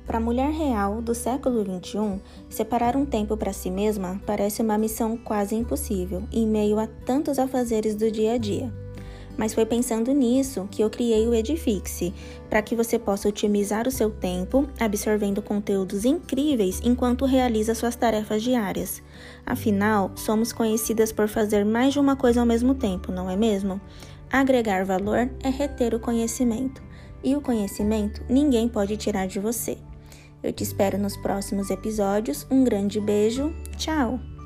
Para a mulher real do século XXI, separar um tempo para si mesma parece uma missão quase impossível, em meio a tantos afazeres do dia a dia. Mas foi pensando nisso que eu criei o Edifique-se, para que você possa otimizar o seu tempo, absorvendo conteúdos incríveis enquanto realiza suas tarefas diárias. Afinal, somos conhecidas por fazer mais de uma coisa ao mesmo tempo, não é mesmo? Agregar valor é reter o conhecimento, e o conhecimento ninguém pode tirar de você. Eu te espero nos próximos episódios. Um grande beijo. Tchau!